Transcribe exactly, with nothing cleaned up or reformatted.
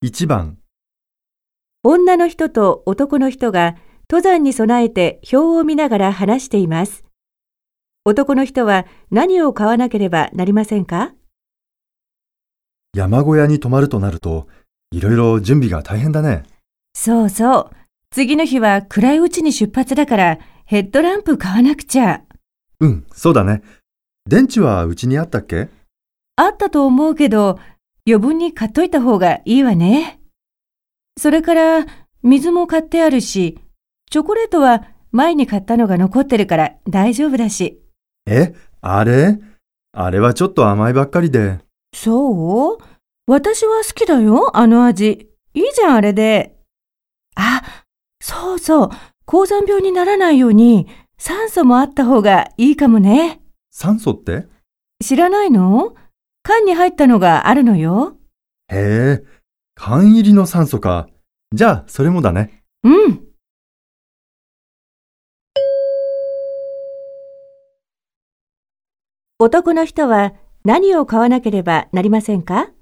いちばん、 女の人と男の人が登山に備えて表を見ながら話しています。男の人は何を買わなければなりませんか？ 山小屋に泊まるとなると、いろいろ準備が大変だね。 そうそう。次の日は暗いうちに出発だからヘッドランプ買わなくちゃ。 うん、そうだね。電池はうちにあったっけ？ あったと思うけど、余分に買っといた方がいいわね。それから水も買ってあるし、チョコレートは前に買ったのが残ってるから大丈夫だし。 え、あれあれはちょっと甘いばっかりで。 そう？私は好きだよ、あの味。いいじゃん、あれで。あ、そうそう。高山病にならないように酸素もあった方がいいかもね。 酸素って？ 知らないの？缶に入ったのがあるのよ。 へえ、缶入りの酸素か。じゃあ、それもだね。 うん。男の人は何を買わなければなりませんか？